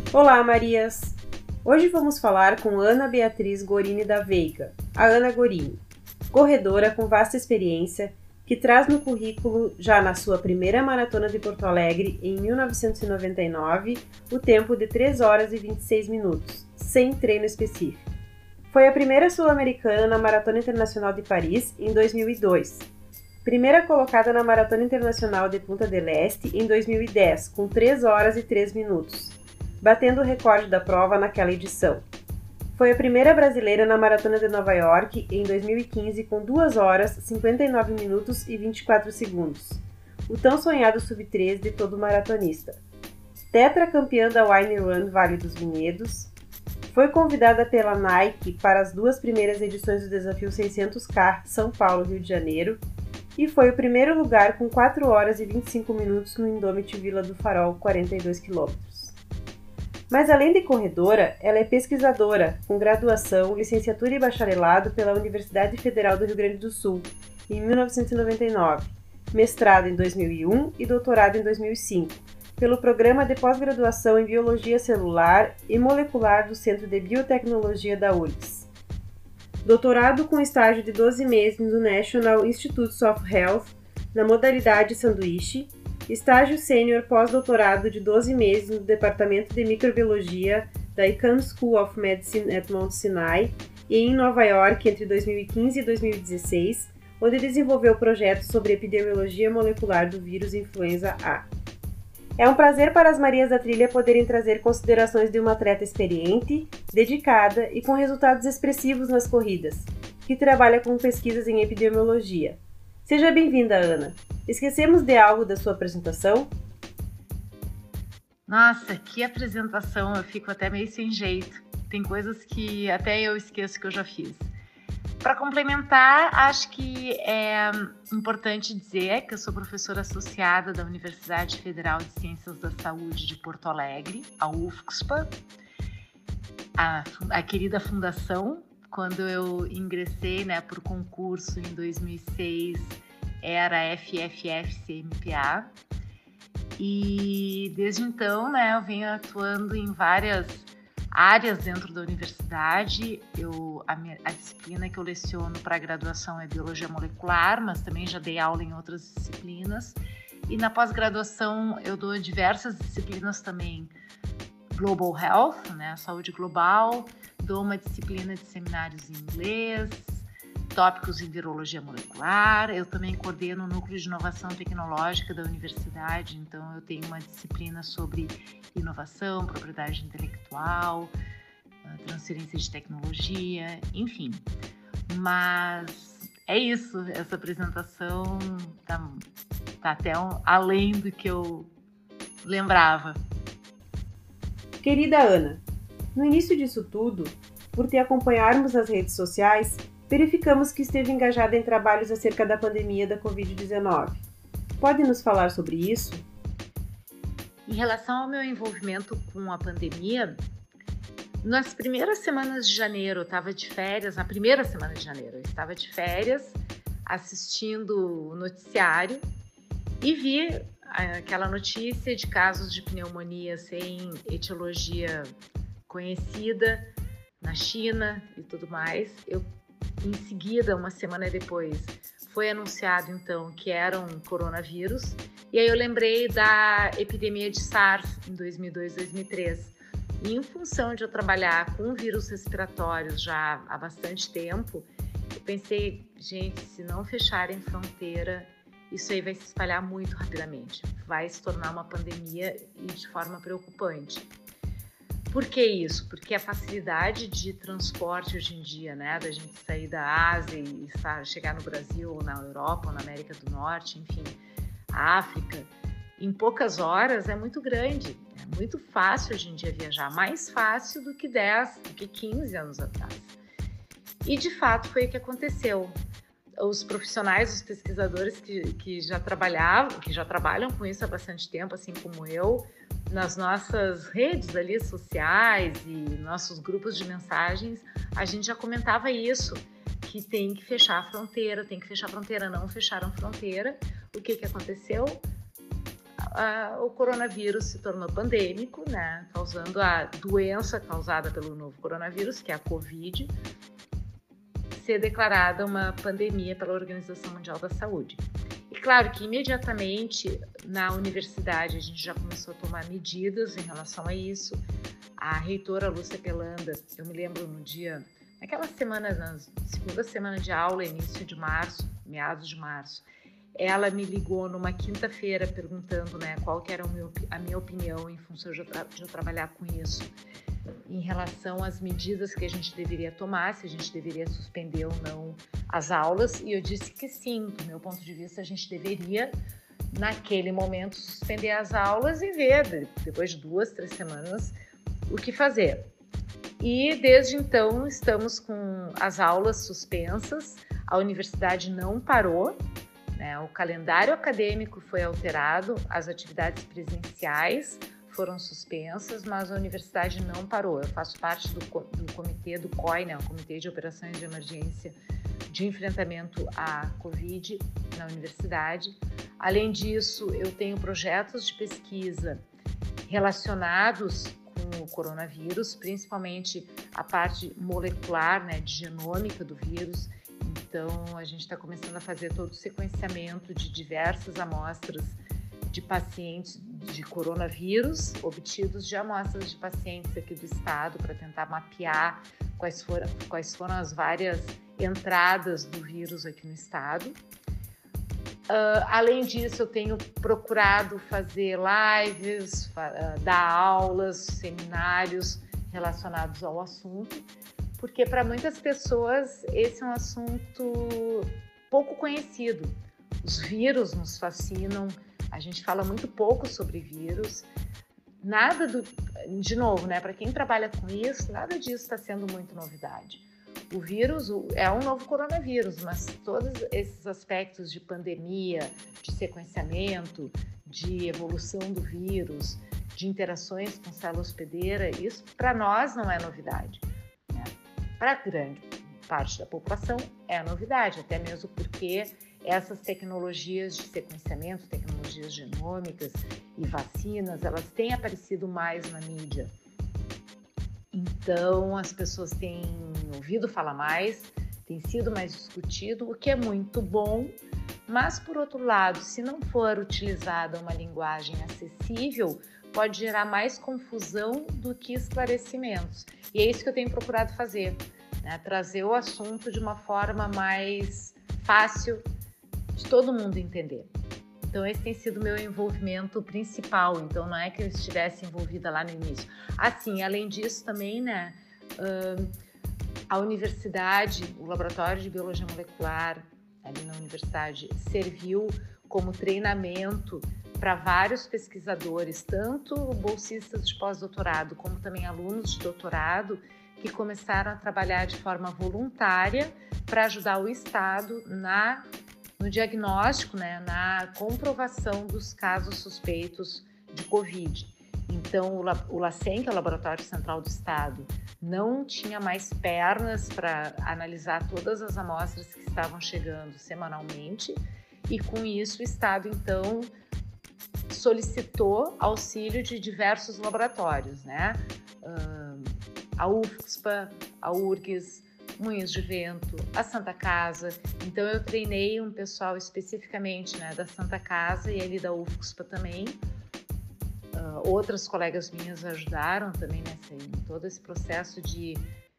Olá, Marias! Hoje vamos falar com Ana Beatriz Gorini da Veiga, a Ana Gorini, corredora com vasta experiência, que traz no currículo, já na sua primeira maratona de Porto Alegre, em 1999, o tempo de 3 horas e 26 minutos, sem treino específico. Foi a primeira sul-americana na Maratona Internacional de Paris, em 2002. Primeira colocada na Maratona Internacional de Punta del Este, em 2010, com 3 horas e 3 minutos, batendo o recorde da prova naquela edição. Foi a primeira brasileira na Maratona de Nova York, em 2015, com 2 horas, 59 minutos e 24 segundos, o tão sonhado sub-3 de todo maratonista. Tetracampeã da Wine Run Vale dos Vinhedos, foi convidada pela Nike para as 2 primeiras edições do Desafio 600K São Paulo-Rio de Janeiro e foi o primeiro lugar com 4 horas e 25 minutos no Indomit Vila do Farol, 42 km. Mas além de corredora, ela é pesquisadora, com graduação, licenciatura e bacharelado pela Universidade Federal do Rio Grande do Sul, em 1999, mestrado em 2001 e doutorado em 2005, pelo Programa de Pós-Graduação em Biologia Celular e Molecular do Centro de Biotecnologia da URGS. Doutorado com estágio de 12 meses no National Institutes of Health, na modalidade sanduíche, estágio sênior pós-doutorado de 12 meses no Departamento de Microbiologia da Icahn School of Medicine at Mount Sinai e em Nova York entre 2015 e 2016, onde desenvolveu projetos sobre epidemiologia molecular do vírus influenza A. É um prazer para as Marias da Trilha poderem trazer considerações de uma atleta experiente, dedicada e com resultados expressivos nas corridas, que trabalha com pesquisas em epidemiologia. Seja bem-vinda, Ana! Esquecemos de algo da sua apresentação? Nossa, que apresentação! Eu fico até meio sem jeito. Tem coisas que até eu esqueço que eu já fiz. Para complementar, acho que é importante dizer que eu sou professora associada da Universidade Federal de Ciências da Saúde de Porto Alegre, a UFSPA, a querida fundação. Quando eu ingressei por concurso em 2006, era FFF-CMPA. E desde então, eu venho atuando em várias áreas dentro da universidade. A disciplina que eu leciono para a graduação é Biologia Molecular, mas também já dei aula em outras disciplinas. E na pós-graduação eu dou diversas disciplinas também. Global Health, saúde global, dou uma disciplina de seminários em inglês, tópicos em virologia molecular. Eu também coordeno o Núcleo de Inovação Tecnológica da universidade, então eu tenho uma disciplina sobre inovação, propriedade intelectual, transferência de tecnologia, enfim. Mas é isso, essa apresentação tá até além do que eu lembrava. Querida Ana, no início disso tudo, por te acompanharmos nas redes sociais, verificamos que esteve engajada em trabalhos acerca da pandemia da Covid-19. Pode nos falar sobre isso? Em relação ao meu envolvimento com a pandemia, nas primeiras semanas de janeiro, eu estava de férias, na primeira semana de janeiro, eu estava de férias, assistindo o noticiário e vi aquela notícia de casos de pneumonia sem etiologia conhecida na China e tudo mais. Em seguida, uma semana depois, foi anunciado então que era um coronavírus. E aí eu lembrei da epidemia de SARS em 2002, 2003. E em função de eu trabalhar com vírus respiratórios já há bastante tempo, eu pensei, gente, se não fecharem fronteira, isso aí vai se espalhar muito rapidamente. Vai se tornar uma pandemia e de forma preocupante. Por que isso? Porque a facilidade de transporte hoje em dia, da gente sair da Ásia e chegar no Brasil, ou na Europa, ou na América do Norte, enfim, a África, em poucas horas é muito grande. É muito fácil hoje em dia viajar, mais fácil do que 10, do que 15 anos atrás. E de fato foi o que aconteceu. Os profissionais, os pesquisadores que já trabalham com isso há bastante tempo, assim como eu, nas nossas redes ali sociais e nossos grupos de mensagens, a gente já comentava isso, que tem que fechar a fronteira, não fecharam fronteira. O que aconteceu? o coronavírus se tornou pandêmico, né, causando a doença causada pelo novo coronavírus, que é a Covid, ser declarada uma pandemia pela Organização Mundial da Saúde. E claro que imediatamente na universidade a gente já começou a tomar medidas em relação a isso. A reitora Lúcia Pelanda, eu me lembro naquela semana, na segunda semana de aula, início de março, meados de março, ela me ligou numa quinta-feira perguntando, né, qual que era a minha opinião em função de eu trabalhar com isso, em relação às medidas que a gente deveria tomar, se a gente deveria suspender ou não as aulas, e eu disse que sim, do meu ponto de vista a gente deveria, naquele momento, suspender as aulas e ver, depois de 2, 3 semanas, o que fazer. E desde então estamos com as aulas suspensas, a universidade não parou, né? O calendário acadêmico foi alterado, as atividades presenciais foram suspensas, mas a universidade não parou. Eu faço parte do comitê do COI, né? O Comitê de Operações de Emergência de Enfrentamento à Covid na universidade. Além disso, eu tenho projetos de pesquisa relacionados com o coronavírus, principalmente a parte molecular, né, de genômica do vírus. Então, a gente está começando a fazer todo o sequenciamento de diversas amostras de pacientes de coronavírus, obtidos de amostras de pacientes aqui do estado, para tentar mapear quais foram as várias entradas do vírus aqui no estado. Além disso, eu tenho procurado fazer lives, dar aulas, seminários relacionados ao assunto, porque para muitas pessoas esse é um assunto pouco conhecido. Os vírus nos fascinam, a gente fala muito pouco sobre vírus. De novo, né, para quem trabalha com isso, nada disso está sendo muito novidade. O vírus é um novo coronavírus, mas todos esses aspectos de pandemia, de sequenciamento, de evolução do vírus, de interações com célula hospedeira, isso para nós não é novidade. Para grande parte da população é novidade, até mesmo porque essas tecnologias de sequenciamento, tecnologias genômicas e vacinas, elas têm aparecido mais na mídia. Então, as pessoas têm ouvido falar mais, tem sido mais discutido, o que é muito bom, mas, por outro lado, se não for utilizada uma linguagem acessível, pode gerar mais confusão do que esclarecimentos. E é isso que eu tenho procurado fazer, né? Trazer o assunto de uma forma mais fácil de todo mundo entender. Então, esse tem sido o meu envolvimento principal. Então, não é que eu estivesse envolvida lá no início. Assim, além disso também, né, a universidade, o Laboratório de Biologia Molecular, ali na universidade, serviu como treinamento para vários pesquisadores, tanto bolsistas de pós-doutorado, como também alunos de doutorado, que começaram a trabalhar de forma voluntária para ajudar o Estado no diagnóstico, né, na comprovação dos casos suspeitos de Covid. Então, o LACEN, que é o Laboratório Central do Estado, não tinha mais pernas para analisar todas as amostras que estavam chegando semanalmente, e com isso o Estado, então, solicitou auxílio de diversos laboratórios, né? A UFSPA, a URGS, Moinhos de Vento, a Santa Casa. Então eu treinei um pessoal especificamente, né, da Santa Casa e ali da UFSPA também. Outras colegas minhas ajudaram também em todo esse processo de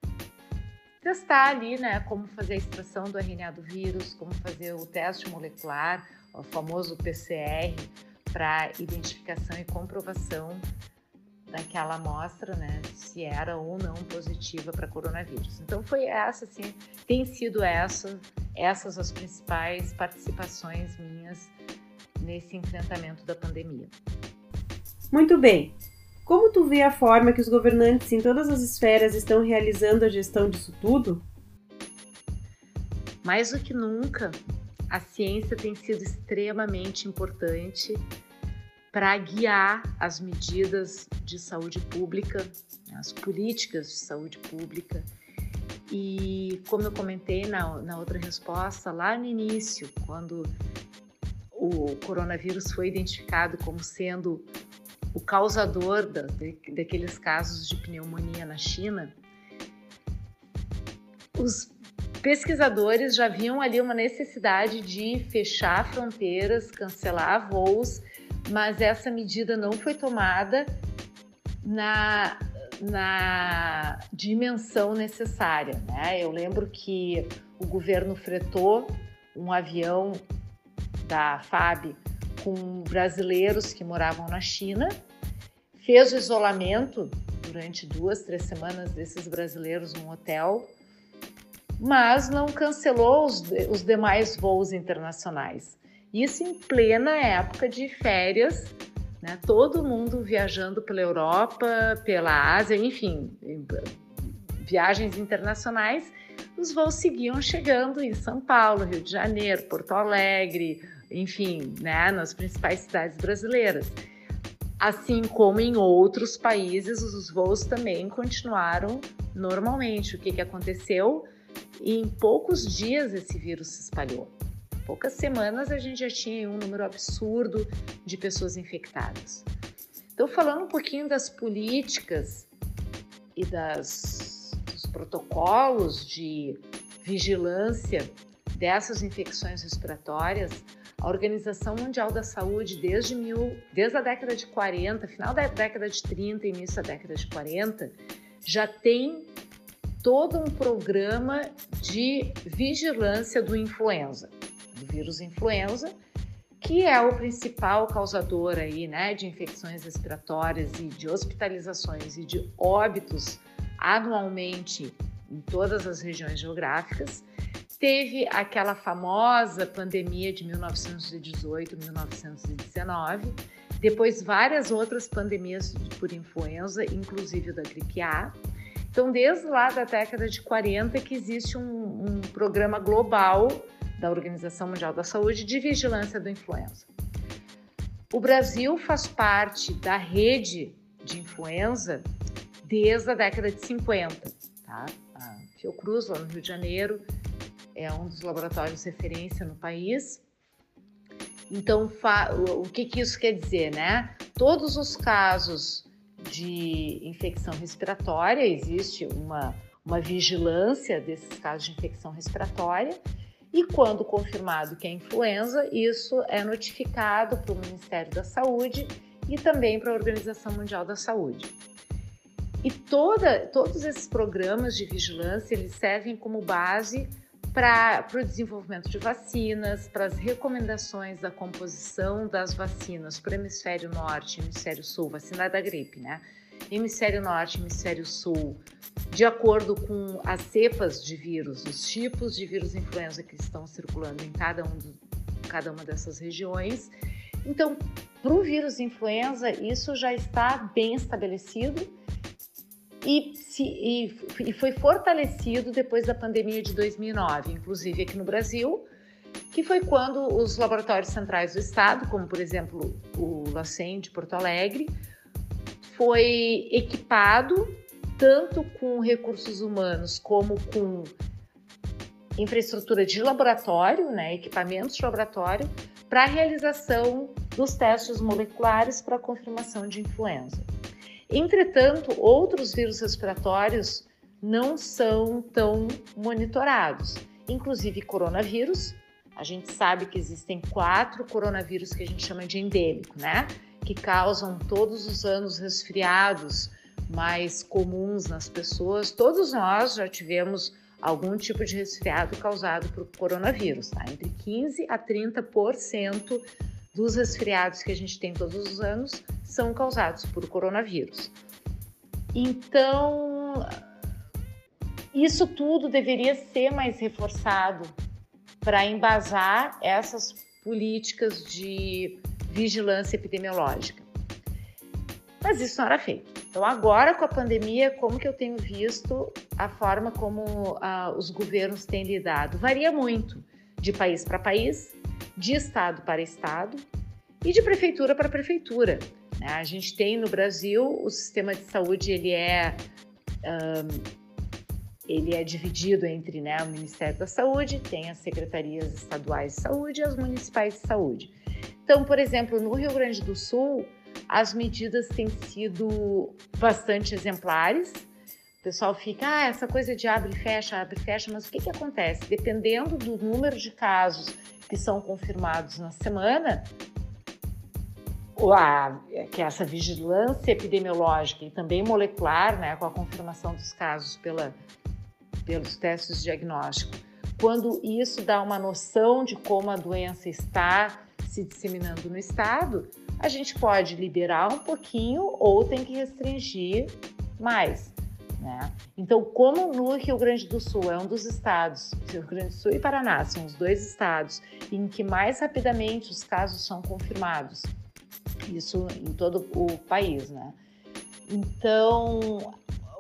testar ali, né, como fazer a extração do RNA do vírus, como fazer o teste molecular, o famoso PCR, para identificação e comprovação daquela amostra, né, se era ou não positiva para coronavírus. Então foi essa, assim, tem sido essas as principais participações minhas nesse enfrentamento da pandemia. Muito bem. Como tu vê a forma que os governantes em todas as esferas estão realizando a gestão disso tudo? Mais do que nunca, a ciência tem sido extremamente importante para guiar as medidas de saúde pública, as políticas de saúde pública. E como eu comentei na outra resposta, lá no início, quando o coronavírus foi identificado como sendo o causador daqueles casos de pneumonia na China, os pesquisadores já viam ali uma necessidade de fechar fronteiras, cancelar voos, mas essa medida não foi tomada na dimensão necessária, né? Eu lembro que o governo fretou um avião da FAB com brasileiros que moravam na China, fez o isolamento durante 2, 3 semanas desses brasileiros num hotel, mas não cancelou os demais voos internacionais. Isso em plena época de férias, né? Todo mundo viajando pela Europa, pela Ásia, enfim, viagens internacionais. Os voos seguiam chegando em São Paulo, Rio de Janeiro, Porto Alegre, enfim, né, nas principais cidades brasileiras. Assim como em outros países, os voos também continuaram normalmente. O que aconteceu? Em poucos dias esse vírus se espalhou. Em poucas semanas a gente já tinha um número absurdo de pessoas infectadas. Então, falando um pouquinho das políticas e dos protocolos de vigilância dessas infecções respiratórias, a Organização Mundial da Saúde, desde a década de 40, final da década de 30 e início da década de 40, já tem todo um programa de vigilância do influenza, do vírus influenza, que é o principal causador aí, né, de infecções respiratórias e de hospitalizações e de óbitos anualmente em todas as regiões geográficas. Teve aquela famosa pandemia de 1918, 1919, depois várias outras pandemias por influenza, inclusive da gripe A. Então, desde lá da década de 40 que existe um programa global da Organização Mundial da Saúde de vigilância do influenza. O Brasil faz parte da rede de influenza desde a década de 50, tá? A Fiocruz, lá no Rio de Janeiro, é um dos laboratórios de referência no país. Então, o que isso quer dizer, né? Todos os casos de infecção respiratória, existe uma vigilância desses casos de infecção respiratória, e quando confirmado que é influenza, isso é notificado para o Ministério da Saúde e também para a Organização Mundial da Saúde. E todos esses programas de vigilância, eles servem como base para o desenvolvimento de vacinas, para as recomendações da composição das vacinas para o hemisfério norte e hemisfério sul, vacina da gripe, né? Hemisfério norte e hemisfério sul, de acordo com as cepas de vírus, os tipos de vírus influenza que estão circulando em cada uma dessas regiões. Então, para o vírus influenza, isso já está bem estabelecido e foi fortalecido depois da pandemia de 2009, inclusive aqui no Brasil, que foi quando os laboratórios centrais do estado, como por exemplo o LACEN de Porto Alegre, foi equipado tanto com recursos humanos como com infraestrutura de laboratório, né, equipamentos de laboratório, para a realização dos testes moleculares para a confirmação de influenza. Entretanto, outros vírus respiratórios não são tão monitorados, inclusive coronavírus. A gente sabe que existem 4 coronavírus que a gente chama de endêmico, né? Que causam todos os anos resfriados mais comuns nas pessoas. Todos nós já tivemos algum tipo de resfriado causado por coronavírus, tá? Entre 15% a 30% dos resfriados que a gente tem todos os anos são causados por coronavírus. Então, isso tudo deveria ser mais reforçado para embasar essas políticas de vigilância epidemiológica. Mas isso não era feito. Então, agora com a pandemia, como que eu tenho visto a forma como os governos têm lidado? Varia muito de país para país, de estado para estado e de prefeitura para prefeitura. A gente tem no Brasil o sistema de saúde, ele ele é dividido entre, né, o Ministério da Saúde, tem as secretarias estaduais de saúde e as municipais de saúde. Então, por exemplo, no Rio Grande do Sul, as medidas têm sido bastante exemplares. O pessoal fica, essa coisa de abre e fecha, mas o que acontece? Dependendo do número de casos que são confirmados na semana, que é essa vigilância epidemiológica e também molecular, né, com a confirmação dos casos pelos testes diagnósticos, quando isso dá uma noção de como a doença está se disseminando no estado, a gente pode liberar um pouquinho ou tem que restringir mais, né? Então, como no Rio Grande do Sul é um dos estados, Rio Grande do Sul e Paraná são os dois estados em que mais rapidamente os casos são confirmados, isso em todo o país, né? Então,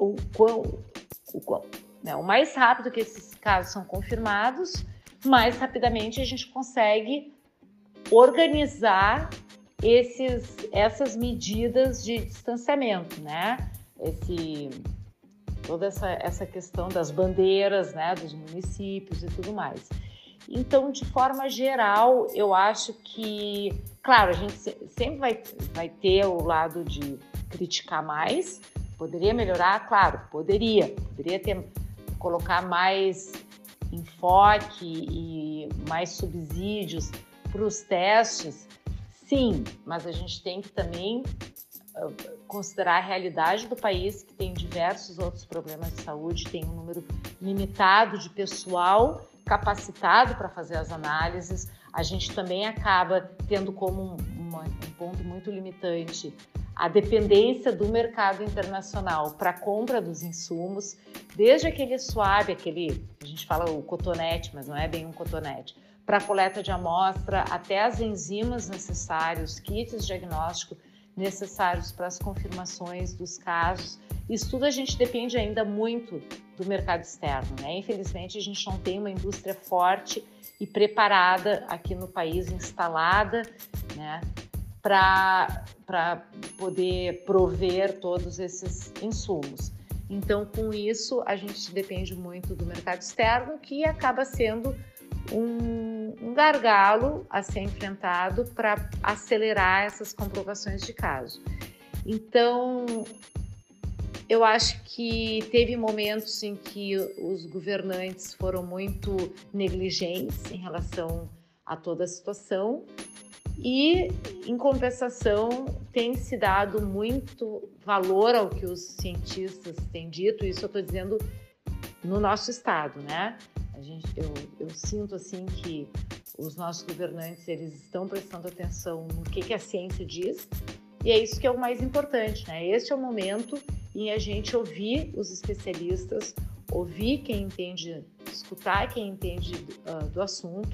o mais rápido que esses casos são confirmados, mais rapidamente a gente consegue organizar essas medidas de distanciamento, né? Toda essa questão das bandeiras, né, dos municípios e tudo mais. Então, de forma geral, eu acho que, claro, a gente sempre vai ter o lado de criticar mais. Poderia melhorar? Claro, poderia colocar mais enfoque e mais subsídios para os testes. Sim, mas a gente tem que também considerar a realidade do país, que tem diversos outros problemas de saúde, tem um número limitado de pessoal capacitado para fazer as análises. A gente também acaba tendo como um ponto muito limitante a dependência do mercado internacional para a compra dos insumos, desde aquele swab, a gente fala o cotonete, mas não é bem um cotonete, para a coleta de amostra, até as enzimas necessárias, kits diagnósticos necessários para as confirmações dos casos. Isso tudo a gente depende ainda muito do mercado externo, né? Infelizmente, a gente não tem uma indústria forte e preparada aqui no país, instalada, né, para poder prover todos esses insumos. Então, com isso, a gente depende muito do mercado externo, que acaba sendo um gargalo a ser enfrentado para acelerar essas comprovações de caso. Então, eu acho que teve momentos em que os governantes foram muito negligentes em relação a toda a situação e, em compensação, tem se dado muito valor ao que os cientistas têm dito. Isso eu estou dizendo no nosso estado, né? Eu sinto assim que os nossos governantes eles estão prestando atenção no que a ciência diz, e é isso que é o mais importante, né? Este é o momento em a gente ouvir os especialistas, ouvir quem entende, escutar quem entende do assunto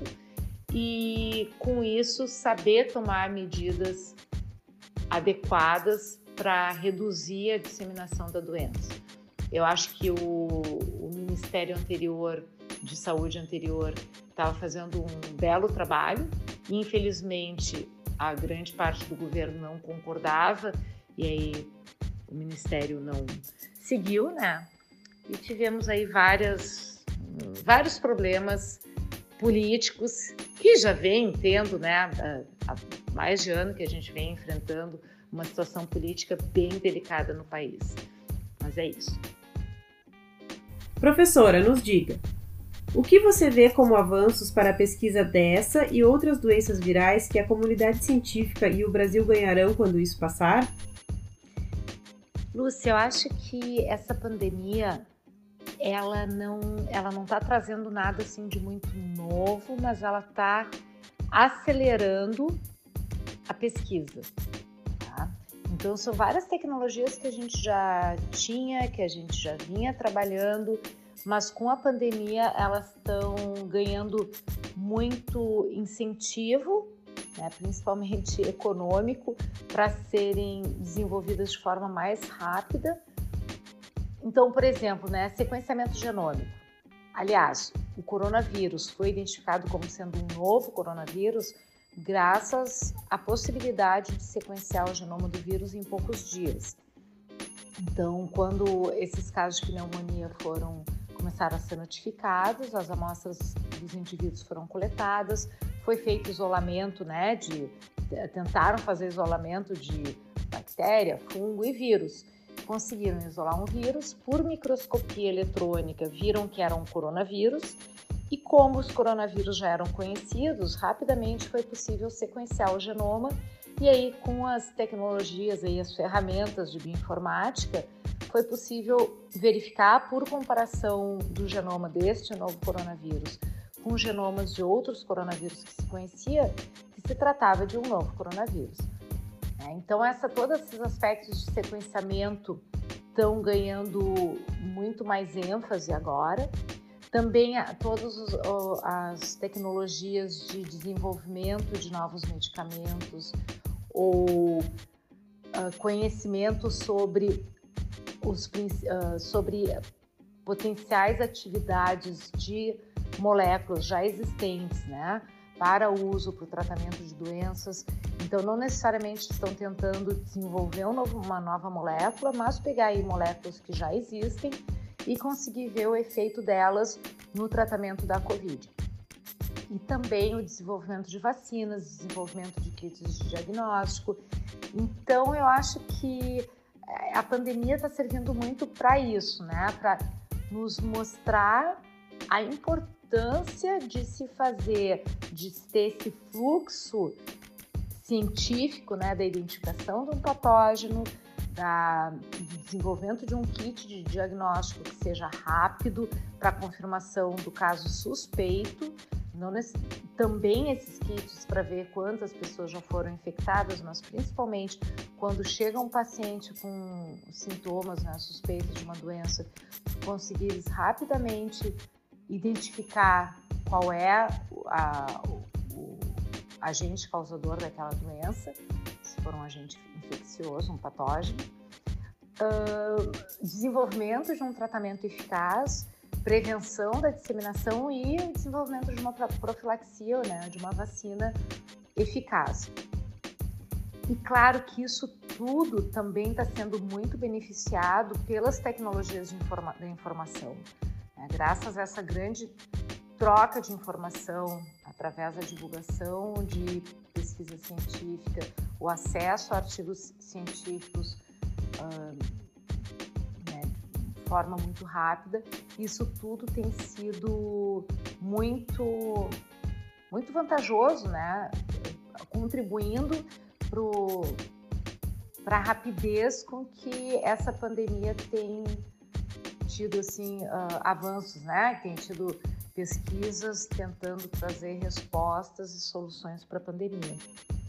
e, com isso, saber tomar medidas adequadas para reduzir a disseminação da doença. Eu acho que o Ministério de Saúde anterior estava fazendo um belo trabalho e, infelizmente, a grande parte do governo não concordava e aí o Ministério não seguiu, né? E tivemos aí vários problemas políticos que já vem tendo, né? Há mais de ano que a gente vem enfrentando uma situação política bem delicada no país. Mas é isso. Professora, nos diga, o que você vê como avanços para a pesquisa dessa e outras doenças virais que a comunidade científica e o Brasil ganharão quando isso passar? Lúcia, eu acho que essa pandemia, ela não está trazendo nada assim de muito novo, mas ela está acelerando a pesquisa. Tá? Então, são várias tecnologias que a gente já tinha, que a gente já vinha trabalhando, mas com a pandemia elas estão ganhando muito incentivo, né, principalmente econômico, para serem desenvolvidas de forma mais rápida. Então, por exemplo, né, sequenciamento genômico. Aliás, o coronavírus foi identificado como sendo um novo coronavírus graças à possibilidade de sequenciar o genoma do vírus em poucos dias. Então, quando esses casos de pneumonia começaram a ser notificados, as amostras dos indivíduos foram coletadas, foi feito isolamento, né, tentaram fazer isolamento de bactéria, fungo e vírus. Conseguiram isolar um vírus, por microscopia eletrônica viram que era um coronavírus, e como os coronavírus já eram conhecidos, rapidamente foi possível sequenciar o genoma, e aí com as tecnologias, aí, as ferramentas de bioinformática, foi possível verificar por comparação do genoma deste novo coronavírus com genomas de outros coronavírus que se conhecia, que se tratava de um novo coronavírus. Então, todos esses aspectos de sequenciamento estão ganhando muito mais ênfase agora. Também todas as tecnologias de desenvolvimento de novos medicamentos ou conhecimento sobre potenciais atividades de moléculas já existentes, né, para uso, para o tratamento de doenças. Então, não necessariamente estão tentando desenvolver uma nova molécula, mas pegar aí moléculas que já existem e conseguir ver o efeito delas no tratamento da Covid. E também o desenvolvimento de vacinas, desenvolvimento de kits de diagnóstico. Então, eu acho que a pandemia está servindo muito para isso, né? Para nos mostrar a importância de se fazer, de ter esse fluxo científico, né, da identificação de um patógeno, do desenvolvimento de um kit de diagnóstico que seja rápido para a confirmação do caso suspeito, também esses kits para ver quantas pessoas já foram infectadas, mas principalmente quando chega um paciente com sintomas, né, suspeitos de uma doença, conseguir rapidamente identificar qual é o agente causador daquela doença, se for um agente infeccioso, um patógeno, desenvolvimento de um tratamento eficaz, prevenção da disseminação e desenvolvimento de uma profilaxia, né, de uma vacina eficaz. E claro que isso tudo também está sendo muito beneficiado pelas tecnologias da informação, né? Graças a essa grande troca de informação através da divulgação de pesquisa científica, o acesso a artigos científicos né, de forma muito rápida, isso tudo tem sido muito vantajoso, né? Contribuindo para a rapidez com que essa pandemia tem tido assim, avanços, né? Tem tido pesquisas tentando trazer respostas e soluções para a pandemia.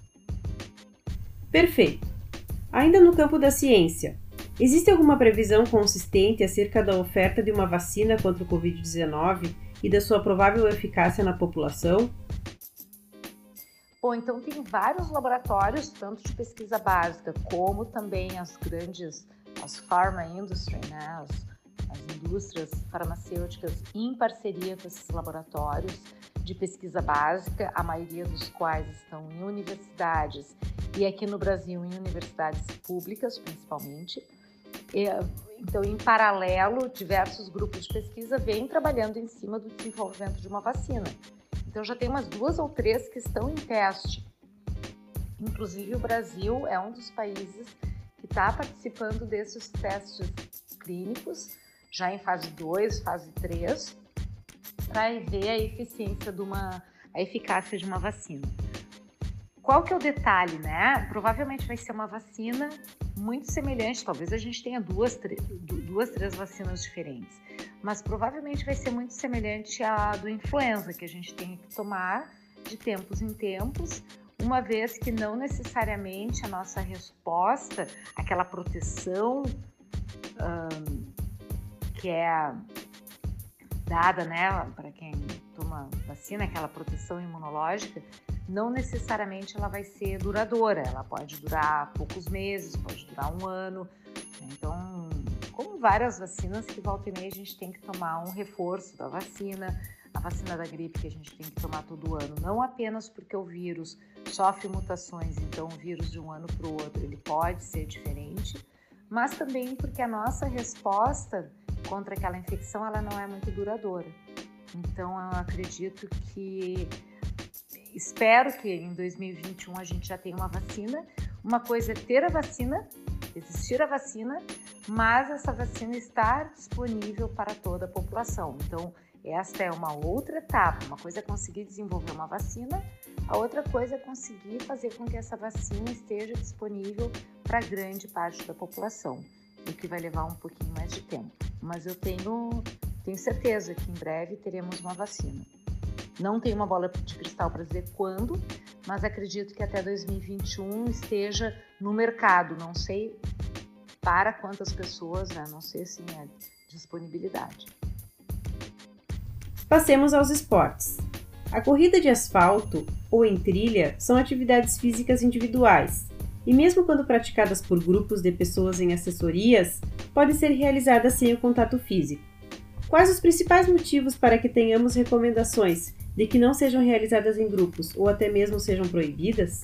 Perfeito. Ainda no campo da ciência, existe alguma previsão consistente acerca da oferta de uma vacina contra o Covid-19 e da sua provável eficácia na população? Bom, então tem vários laboratórios, tanto de pesquisa básica, como também as pharma industry, né? As indústrias farmacêuticas em parceria com esses laboratórios de pesquisa básica, a maioria dos quais estão em universidades e aqui no Brasil em universidades públicas principalmente. Então, em paralelo, diversos grupos de pesquisa vêm trabalhando em cima do desenvolvimento de uma vacina. Então, já tem umas 2 ou 3 que estão em teste. Inclusive, o Brasil é um dos países que está participando desses testes clínicos, já em fase 2, fase 3, para ver a eficácia de uma vacina. Qual que é o detalhe, né? Provavelmente vai ser uma vacina muito semelhante, talvez a gente tenha duas, três vacinas diferentes, mas provavelmente vai ser muito semelhante à do influenza, que a gente tem que tomar de tempos em tempos, uma vez que não necessariamente a nossa resposta, aquela proteção que é dada, né, para quem toma vacina, aquela proteção imunológica, não necessariamente ela vai ser duradoura, ela pode durar poucos meses, pode durar 1 ano. Então, como várias vacinas que volta e meia a gente tem que tomar um reforço da vacina, a vacina da gripe que a gente tem que tomar todo ano, não apenas porque o vírus sofre mutações, então o vírus de um ano para o outro ele pode ser diferente, mas também porque a nossa resposta contra aquela infecção, ela não é muito duradoura. Então, eu acredito que, espero que em 2021 a gente já tenha uma vacina. Uma coisa é ter a vacina, existir a vacina, mas essa vacina estar disponível para toda a população. Então, esta é uma outra etapa. Uma coisa é conseguir desenvolver uma vacina, a outra coisa é conseguir fazer com que essa vacina esteja disponível para grande parte da população, o que vai levar um pouquinho mais de tempo. Mas eu tenho certeza que em breve teremos uma vacina. Não tenho uma bola de cristal para dizer quando, mas acredito que até 2021 esteja no mercado. Não sei para quantas pessoas, né? Não sei assim a disponibilidade. Passemos aos esportes. A corrida de asfalto ou em trilha são atividades físicas individuais e, mesmo quando praticadas por grupos de pessoas em assessorias, podem ser realizadas sem o contato físico. Quais os principais motivos para que tenhamos recomendações de que não sejam realizadas em grupos ou até mesmo sejam proibidas?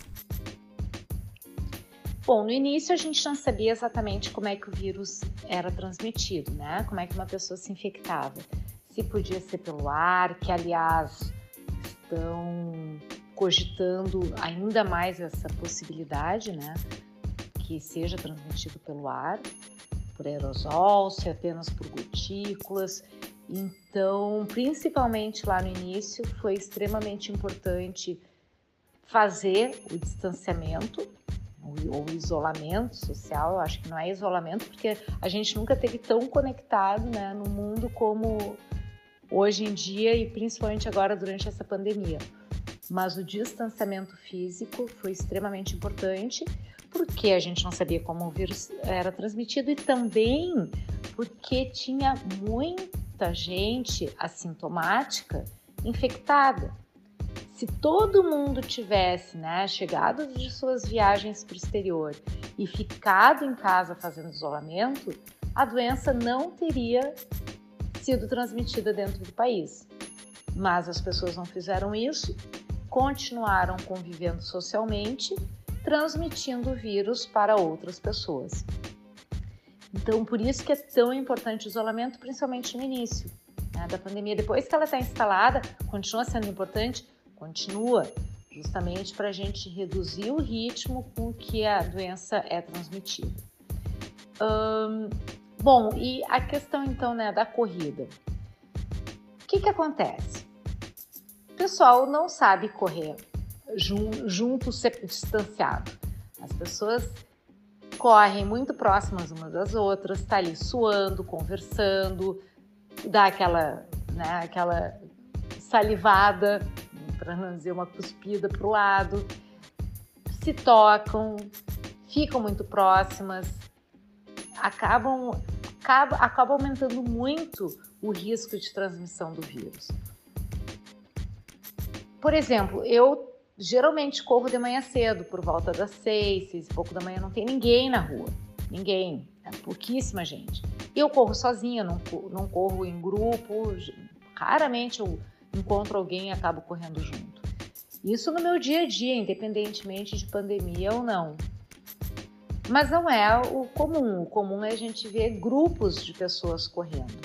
Bom, no início a gente não sabia exatamente como é que o vírus era transmitido, né? Como é que uma pessoa se infectava. Se podia ser pelo ar, que aliás estão cogitando ainda mais essa possibilidade, né? Que seja transmitido pelo ar, por aerosol, se apenas por gotículas. Então, principalmente lá no início, foi extremamente importante fazer o distanciamento ou isolamento social. Eu acho que não é isolamento, porque a gente nunca esteve tão conectado, né, no mundo como hoje em dia e principalmente agora durante essa pandemia. Mas o distanciamento físico foi extremamente importante, porque a gente não sabia como o vírus era transmitido e também porque tinha muita gente assintomática infectada. Se todo mundo tivesse, né, chegado de suas viagens para o exterior e ficado em casa fazendo isolamento, a doença não teria sido transmitida dentro do país. Mas as pessoas não fizeram isso, continuaram convivendo socialmente, transmitindo o vírus para outras pessoas. Então, por isso que é tão importante o isolamento, principalmente no início, né, da pandemia. Depois que ela está instalada, continua sendo importante? Continua, justamente para a gente reduzir o ritmo com que a doença é transmitida. Bom, e a questão então, né, da corrida. O que acontece? O pessoal não sabe correr junto, distanciado. As pessoas correm muito próximas umas das outras, tá ali suando, conversando, dá aquela salivada, para não dizer uma cuspida para o lado, se tocam, ficam muito próximas, acaba aumentando muito o risco de transmissão do vírus. Por exemplo, eu geralmente corro de manhã cedo, por volta das 6 e pouco da manhã, não tem ninguém na rua, ninguém, pouquíssima gente. Eu corro sozinha, não corro em grupo, raramente eu encontro alguém e acabo correndo junto. Isso no meu dia a dia, independentemente de pandemia ou não. Mas não é o comum. O comum é a gente ver grupos de pessoas correndo.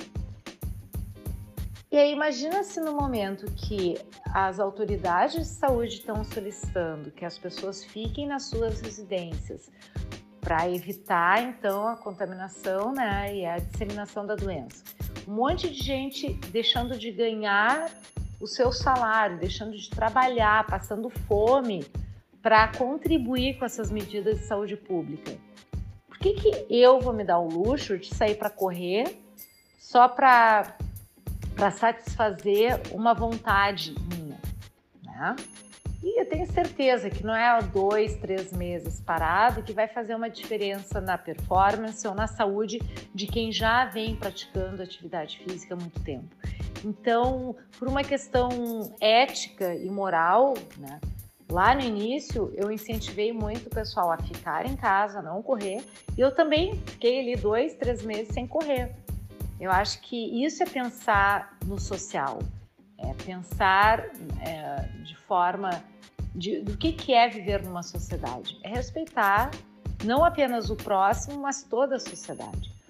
E aí imagina se no momento que as autoridades de saúde estão solicitando que as pessoas fiquem nas suas residências para evitar então a contaminação, né, e a disseminação da doença. Um monte de gente deixando de ganhar o seu salário, deixando de trabalhar, passando fome para contribuir com essas medidas de saúde pública. Por que eu vou me dar o luxo de sair para correr só para satisfazer uma vontade minha, né? E eu tenho certeza que não é 2, 3 meses parado que vai fazer uma diferença na performance ou na saúde de quem já vem praticando atividade física há muito tempo. Então, por uma questão ética e moral, né, lá no início eu incentivei muito o pessoal a ficar em casa, não correr, e eu também fiquei ali 2, 3 meses sem correr. Eu acho que isso é pensar no social, é pensar de forma do que é viver numa sociedade. É respeitar não apenas o próximo, mas toda a sociedade.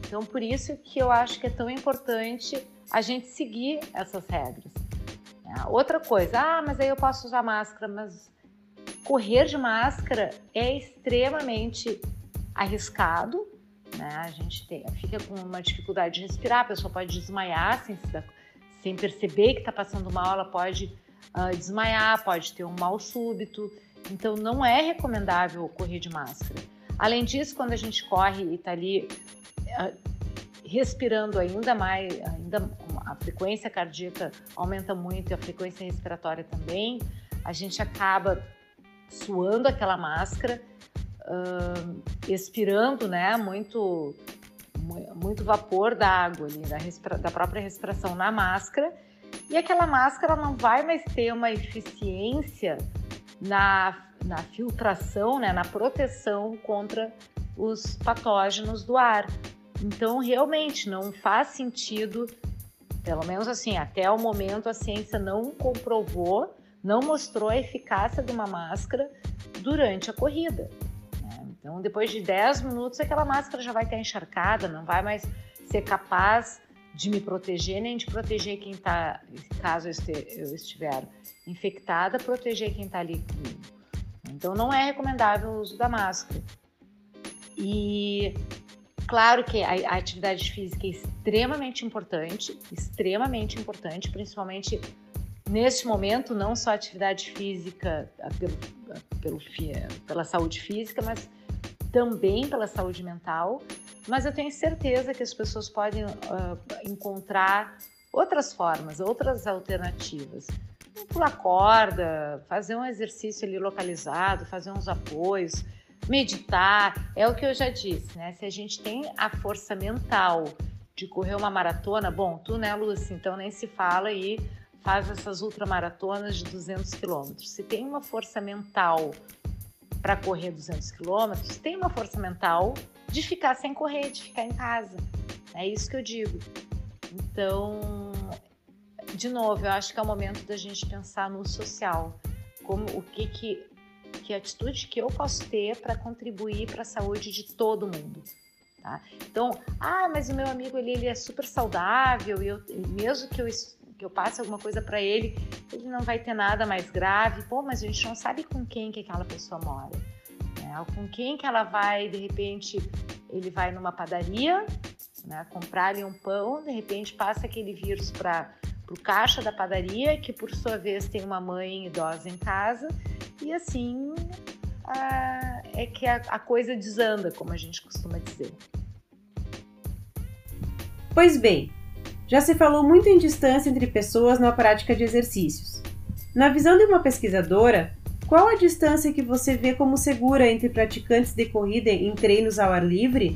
Então, por isso que eu acho que é tão importante a gente seguir essas regras. Outra coisa, mas aí eu posso usar máscara, mas correr de máscara é extremamente arriscado, né? A gente fica com uma dificuldade de respirar, a pessoa pode desmaiar sem perceber que está passando mal, ela pode desmaiar, pode ter um mal súbito. Então, não é recomendável correr de máscara. Além disso, quando a gente corre e está ali respirando ainda mais, a frequência cardíaca aumenta muito e a frequência respiratória também, a gente acaba suando aquela máscara, expirando, né, muito vapor da água ali, da própria respiração na máscara, e aquela máscara não vai mais ter uma eficiência na filtração, né, na proteção contra os patógenos do ar. Então, realmente, não faz sentido, pelo menos assim, até o momento a ciência não comprovou, não mostrou a eficácia de uma máscara durante a corrida. Então, depois de 10 minutos, aquela máscara já vai estar encharcada, não vai mais ser capaz de me proteger, nem de proteger quem está, caso eu estiver infectada, proteger quem está ali comigo. Então, não é recomendável o uso da máscara. E claro que a atividade física é extremamente importante, principalmente neste momento, não só a atividade física pela saúde física, mas também pela saúde mental. Mas eu tenho certeza que as pessoas podem encontrar outras formas, outras alternativas. Pular corda, fazer um exercício ali localizado, fazer uns apoios, meditar, é o que eu já disse, né? Se a gente tem a força mental de correr uma maratona, bom, tu, né, Lúcia, então nem se fala e faz essas ultramaratonas de 200 quilômetros. Se tem uma força mental para correr 200 quilômetros, tem uma força mental de ficar sem correr, de ficar em casa. É isso que eu digo. Então, de novo, eu acho que é o momento da gente pensar no social, como que atitude que eu posso ter para contribuir para a saúde de todo mundo. Tá? Então, mas o meu amigo ele é super saudável, e mesmo que eu passe alguma coisa para ele não vai ter nada mais grave. Pô, mas a gente não sabe com quem que aquela pessoa mora, né? Com quem que ela vai, de repente, ele vai numa padaria, né, comprar ali um pão, de repente passa aquele vírus para o caixa da padaria, que por sua vez tem uma mãe idosa em casa, e assim é que a coisa desanda, como a gente costuma dizer. Pois bem, já se falou muito em distância entre pessoas na prática de exercícios. Na visão de uma pesquisadora, qual a distância que você vê como segura entre praticantes de corrida em treinos ao ar livre?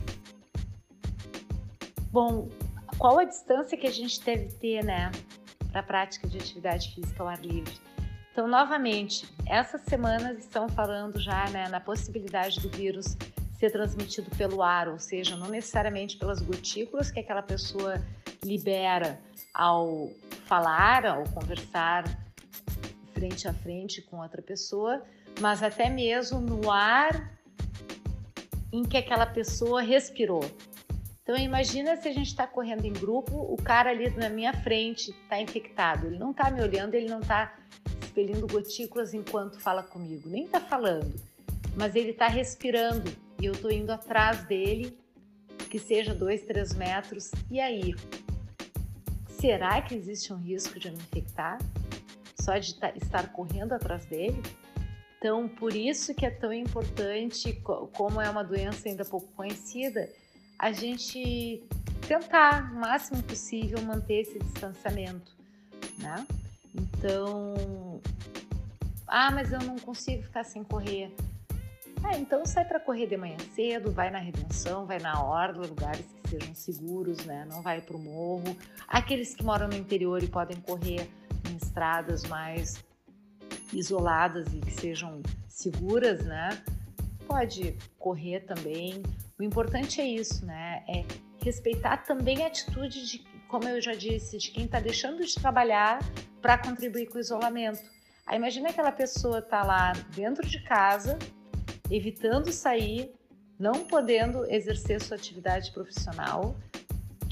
Bom, qual a distância que a gente deve ter, né, para a prática de atividade física ao ar livre? Então, novamente, essas semanas estão falando já, né, na possibilidade do vírus ser transmitido pelo ar, ou seja, não necessariamente pelas gotículas que aquela pessoa libera ao falar, ao conversar frente a frente com outra pessoa, mas até mesmo no ar em que aquela pessoa respirou. Então, imagina se a gente está correndo em grupo, o cara ali na minha frente está infectado, ele não está me olhando, ele não está expelindo gotículas enquanto fala comigo, nem está falando, mas ele está respirando e eu estou indo atrás dele, que seja 2, 3 metros, e aí? Será que existe um risco de eu me infectar só de estar correndo atrás dele? Então, por isso que é tão importante, como é uma doença ainda pouco conhecida, a gente tentar, o máximo possível, manter esse distanciamento, né? Então, mas eu não consigo ficar sem correr. Então sai para correr de manhã cedo, vai na Redenção, vai na Orla, lugares que sejam seguros, né? Não vai para o morro. Aqueles que moram no interior e podem correr em estradas mais isoladas e que sejam seguras, né? Pode correr também. O importante é isso, né? É respeitar também a atitude de, como eu já disse, de quem está deixando de trabalhar para contribuir com o isolamento. Aí imagina aquela pessoa tá lá dentro de casa, evitando sair, não podendo exercer sua atividade profissional,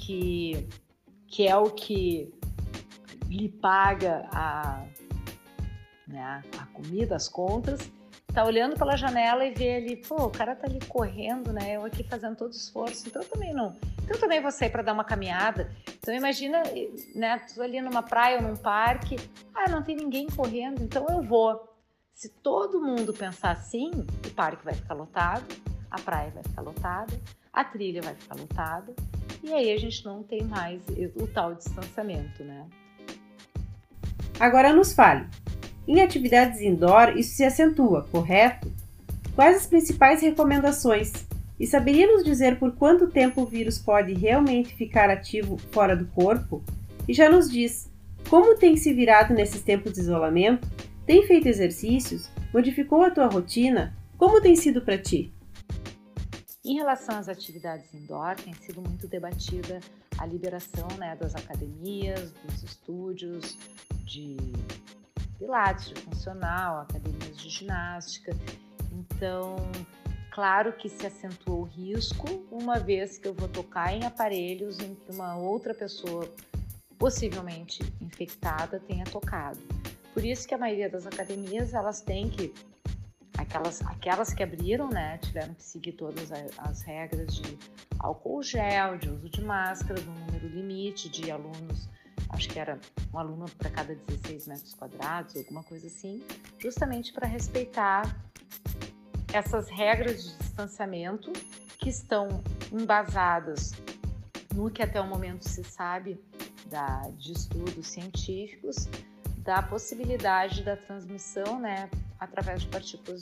que é o que lhe paga a comida, as contas, tá olhando pela janela e vê ali, pô, o cara tá ali correndo, né? Eu aqui fazendo todo o esforço, então eu também não. Então eu também vou sair para dar uma caminhada. Então imagina, né? Tô ali numa praia ou num parque, não tem ninguém correndo, então eu vou. Se todo mundo pensar assim, o parque vai ficar lotado, a praia vai ficar lotada, a trilha vai ficar lotada, e aí a gente não tem mais o tal distanciamento, né? Agora nos fale. Em atividades indoor, isso se acentua, correto? Quais as principais recomendações? E saberia nos dizer por quanto tempo o vírus pode realmente ficar ativo fora do corpo? E já nos diz, como tem se virado nesses tempos de isolamento? Tem feito exercícios? Modificou a tua rotina? Como tem sido para ti? Em relação às atividades indoor, tem sido muito debatida a liberação, né, das academias, dos estúdios de pilates, de funcional, academias de ginástica. Então, claro que se acentuou o risco, uma vez que eu vou tocar em aparelhos em que uma outra pessoa possivelmente infectada tenha tocado. Por isso que a maioria das academias, elas têm que, aquelas que abriram, né, tiveram que seguir todas as regras de álcool gel, de uso de máscara, do número limite de alunos, acho que era um aluno para cada 16 metros quadrados, alguma coisa assim, justamente para respeitar essas regras de distanciamento que estão embasadas no que até o momento se sabe de estudos científicos, da possibilidade da transmissão, né, através de partículas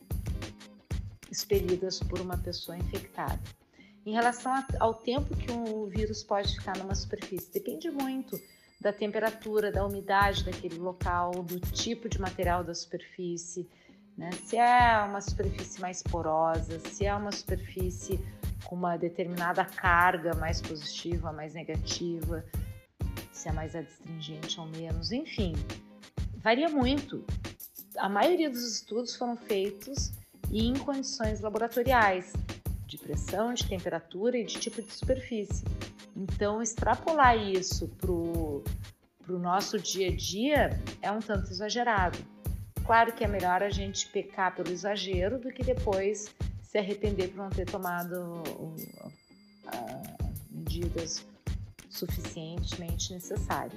expelidas por uma pessoa infectada. Em relação ao tempo que o vírus pode ficar numa superfície, depende muito da temperatura, da umidade daquele local, do tipo de material da superfície, né? Se é uma superfície mais porosa, se é uma superfície com uma determinada carga mais positiva, mais negativa, se é mais adstringente ou menos, enfim, varia muito. A maioria dos estudos foram feitos em condições laboratoriais, de pressão, de temperatura e de tipo de superfície. Então, extrapolar isso para o nosso dia a dia é um tanto exagerado. Claro que é melhor a gente pecar pelo exagero do que depois se arrepender por não ter tomado medidas suficientemente necessárias.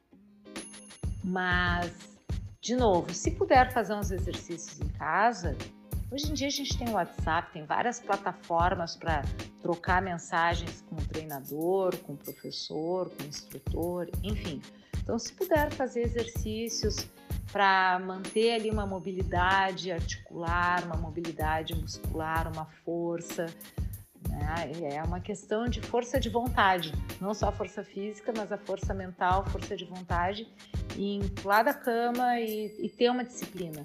Mas, de novo, se puder fazer uns exercícios em casa, hoje em dia a gente tem o WhatsApp, tem várias plataformas para trocar mensagens com o treinador, com o professor, com o instrutor, enfim. Então, se puder fazer exercícios para manter ali uma mobilidade articular, uma mobilidade muscular, uma força, né? É uma questão de força de vontade, não só a força física, mas a força mental, força de vontade, e pular da cama e ter uma disciplina.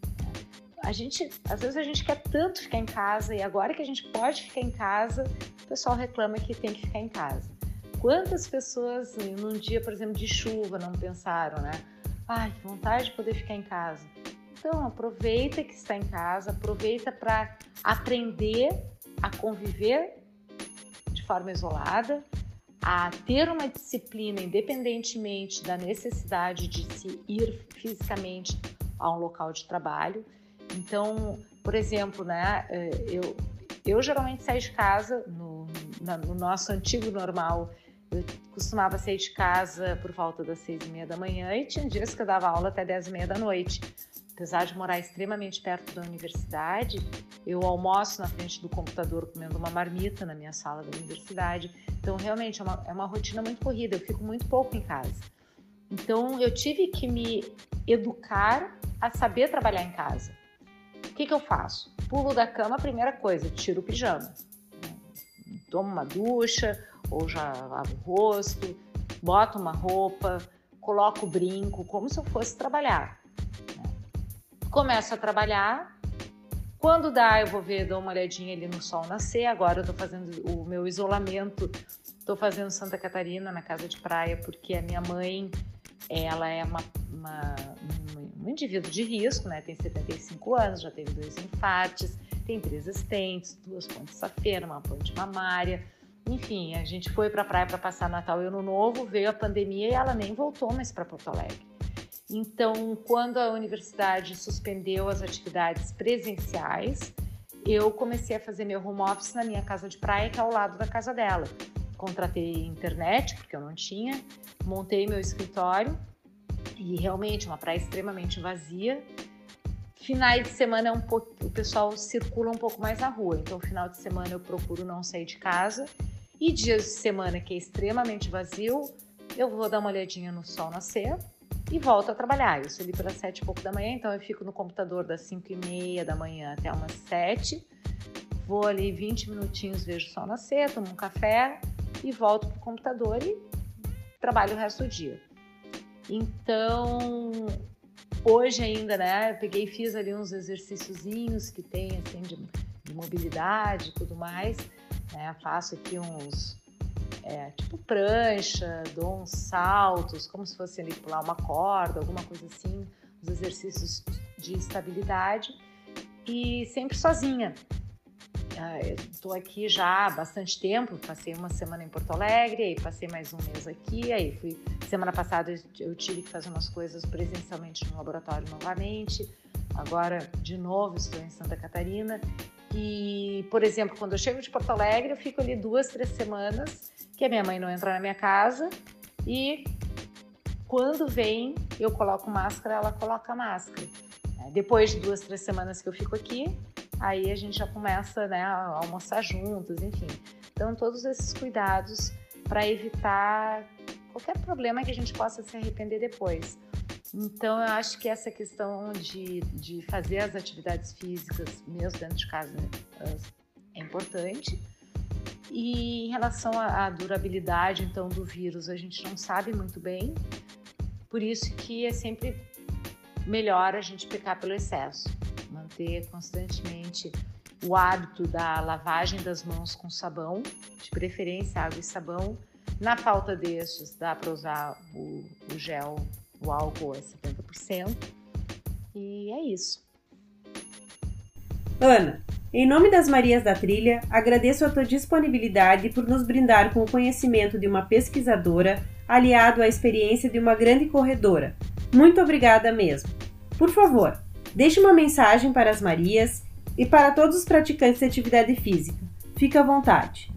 Às vezes a gente quer tanto ficar em casa, e agora que a gente pode ficar em casa, o pessoal reclama que tem que ficar em casa. Quantas pessoas num dia, por exemplo, de chuva não pensaram, né? Ai, que vontade de poder ficar em casa. Então, aproveita que está em casa, aproveita para aprender a conviver de forma isolada, a ter uma disciplina independentemente da necessidade de se ir fisicamente a um local de trabalho. Então, por exemplo, né, eu geralmente saio de casa, no nosso antigo normal, eu costumava sair de casa por volta das 6h30 da manhã e tinha dias que eu dava aula até 10h30 da noite. Apesar de morar extremamente perto da universidade, eu almoço na frente do computador comendo uma marmita na minha sala da universidade. Então, realmente, é uma rotina muito corrida, eu fico muito pouco em casa. Então, eu tive que me educar a saber trabalhar em casa. O que eu faço? Pulo da cama, a primeira coisa, tiro o pijama. Tomo uma ducha, ou já lavo o rosto, boto uma roupa, coloco o brinco, como se eu fosse trabalhar. Começo a trabalhar, quando dá eu vou dou uma olhadinha ali no sol nascer. Agora eu estou fazendo o meu isolamento, estou fazendo Santa Catarina, na casa de praia, porque a minha mãe, ela é um indivíduo de risco, né? Tem 75 anos, já teve 2 infartes, tem 3 estentes, 2 pontes safena, uma ponte mamária. Enfim, a gente foi para a praia para passar Natal e Ano Novo, veio a pandemia e ela nem voltou mais para Porto Alegre. Então, quando a universidade suspendeu as atividades presenciais, eu comecei a fazer meu home office na minha casa de praia, que é ao lado da casa dela. Contratei internet, porque eu não tinha, montei meu escritório e realmente uma praia extremamente vazia. Finais de semana o pessoal circula um pouco mais na rua, então final de semana eu procuro não sair de casa. E dias de semana que é extremamente vazio, eu vou dar uma olhadinha no sol nascer e volto a trabalhar. Eu sou ali pelas 7h pouco da manhã, então eu fico no computador das 5h30 da manhã até umas 7. Vou ali 20 minutinhos, vejo o sol nascer, tomo um café e volto pro computador e trabalho o resto do dia. Então, hoje ainda, né, eu peguei e fiz ali uns exercíciozinhos que tem, assim, de mobilidade e tudo mais, né, faço aqui uns, tipo prancha, dou uns saltos, como se fosse ali pular uma corda, alguma coisa assim, uns exercícios de estabilidade e sempre sozinha. Estou aqui já há bastante tempo, passei uma semana em Porto Alegre, aí passei mais um mês aqui, aí semana passada eu tive que fazer umas coisas presencialmente no laboratório novamente, agora de novo estou em Santa Catarina e, por exemplo, quando eu chego de Porto Alegre eu fico ali 2-3 semanas que a minha mãe não entra na minha casa e quando vem eu coloco máscara, ela coloca máscara. Depois de 2-3 semanas que eu fico aqui, aí a gente já começa, né, a almoçar juntos, enfim. Então, todos esses cuidados para evitar qualquer problema que a gente possa se arrepender depois. Então, eu acho que essa questão de fazer as atividades físicas, mesmo dentro de casa, é importante. E em relação à durabilidade, então, do vírus, a gente não sabe muito bem. Por isso que é sempre melhor a gente pecar pelo excesso. Manter constantemente o hábito da lavagem das mãos com sabão, de preferência água e sabão. Na falta destes, dá para usar o gel, o álcool a 70%. E é isso. Ana, em nome das Marias da Trilha, agradeço a tua disponibilidade por nos brindar com o conhecimento de uma pesquisadora aliado à experiência de uma grande corredora. Muito obrigada mesmo. Por favor, deixe uma mensagem para as Marias e para todos os praticantes de atividade física. Fique à vontade.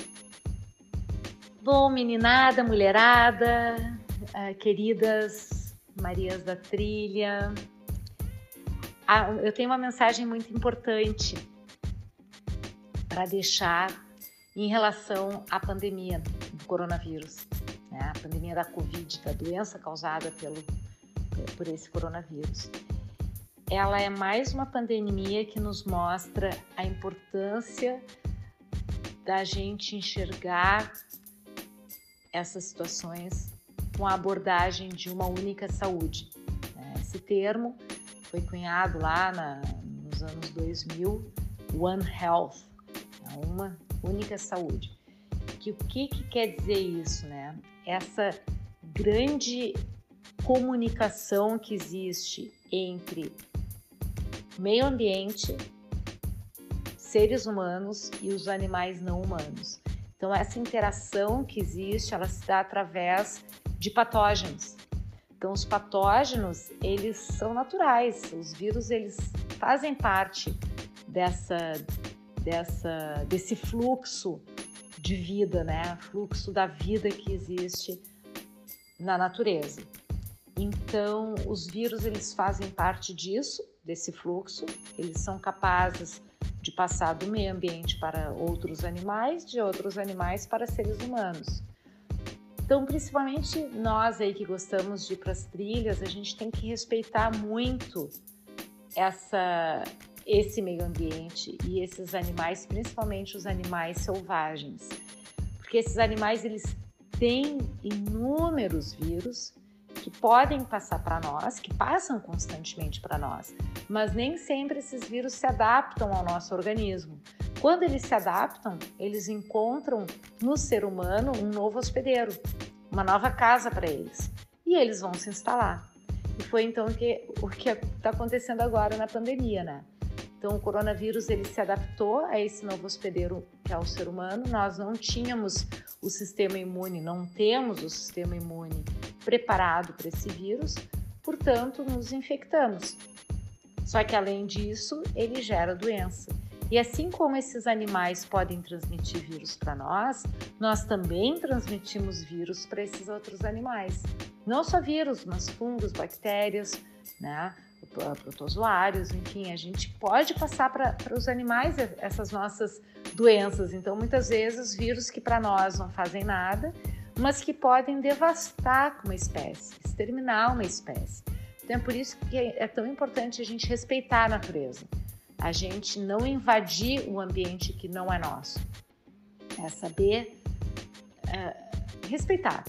Bom, meninada, mulherada, queridas Marias da Trilha, eu tenho uma mensagem muito importante para deixar em relação à pandemia do coronavírus, né? A pandemia da Covid, da doença causada por esse coronavírus. Ela é mais uma pandemia que nos mostra a importância da gente enxergar essas situações com a abordagem de uma única saúde. Esse termo foi cunhado lá nos anos 2000, One Health, uma única saúde. O que quer dizer isso, né? Essa grande comunicação que existe entre meio ambiente, seres humanos e os animais não humanos. Então, essa interação que existe, ela se dá através de patógenos. Então, os patógenos, eles são naturais. Os vírus, eles fazem parte desse fluxo de vida, né? Fluxo da vida que existe na natureza. Então, os vírus, eles fazem parte disso, desse fluxo. Eles são capazes de passar do meio ambiente para outros animais, de outros animais para seres humanos. Então, principalmente nós aí que gostamos de ir para as trilhas, a gente tem que respeitar muito esse meio ambiente e esses animais, principalmente os animais selvagens. Porque esses animais, eles têm inúmeros vírus que podem passar para nós, que passam constantemente para nós, mas nem sempre esses vírus se adaptam ao nosso organismo. Quando eles se adaptam, eles encontram no ser humano um novo hospedeiro, uma nova casa para eles, e eles vão se instalar. E foi então o que está acontecendo agora na pandemia, né? Então, o coronavírus ele se adaptou a esse novo hospedeiro que é o ser humano. Nós não tínhamos o sistema imune, não temos o sistema imune preparado para esse vírus, portanto, nos infectamos. Só que, além disso, ele gera doença. E assim como esses animais podem transmitir vírus para nós também transmitimos vírus para esses outros animais. Não só vírus, mas fungos, bactérias, né? Protozoários, enfim, a gente pode passar para os animais essas nossas doenças. Então, muitas vezes, vírus que para nós não fazem nada, mas que podem devastar uma espécie, exterminar uma espécie. Então, é por isso que é tão importante a gente respeitar a natureza, a gente não invadir o ambiente que não é nosso, é saber respeitar.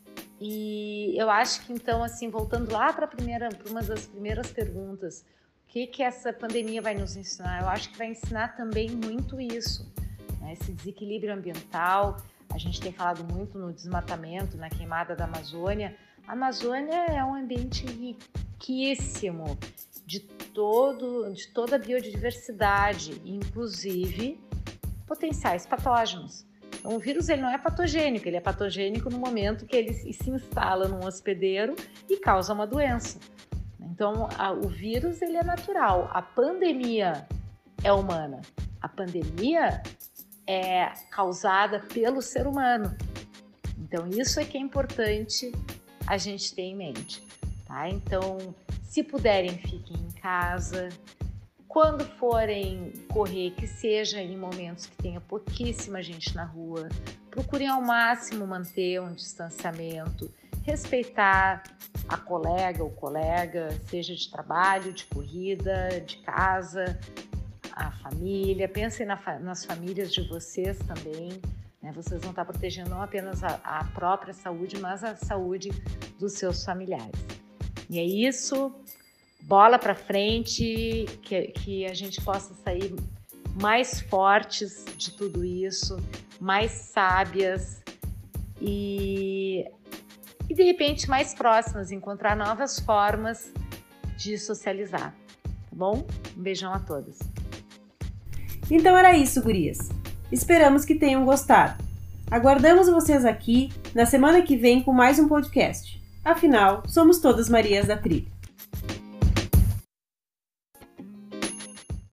E eu acho que, então, assim, voltando lá para uma das primeiras perguntas, o que essa pandemia vai nos ensinar? Eu acho que vai ensinar também muito isso, né? Esse desequilíbrio ambiental. A gente tem falado muito no desmatamento, na queimada da Amazônia. A Amazônia é um ambiente riquíssimo de toda a biodiversidade, inclusive potenciais patógenos. Então, o vírus ele não é patogênico, ele é patogênico no momento que ele se instala num hospedeiro e causa uma doença. Então, o vírus ele é natural, a pandemia é humana. A pandemia é causada pelo ser humano. Então, isso é que é importante a gente ter em mente, tá? Então, se puderem, fiquem em casa. Quando forem correr, que seja em momentos que tenha pouquíssima gente na rua, procurem ao máximo manter um distanciamento, respeitar a colega ou colega, seja de trabalho, de corrida, de casa, a família. Pensem nas famílias de vocês também, né? Vocês vão estar protegendo não apenas a própria saúde, mas a saúde dos seus familiares. E é isso. Bola para frente, que a gente possa sair mais fortes de tudo isso, mais sábias e de repente mais próximas, encontrar novas formas de socializar, tá bom? Um beijão a todas. Então era isso, gurias. Esperamos que tenham gostado. Aguardamos vocês aqui na semana que vem com mais um podcast. Afinal, somos todas Marias da Trilha.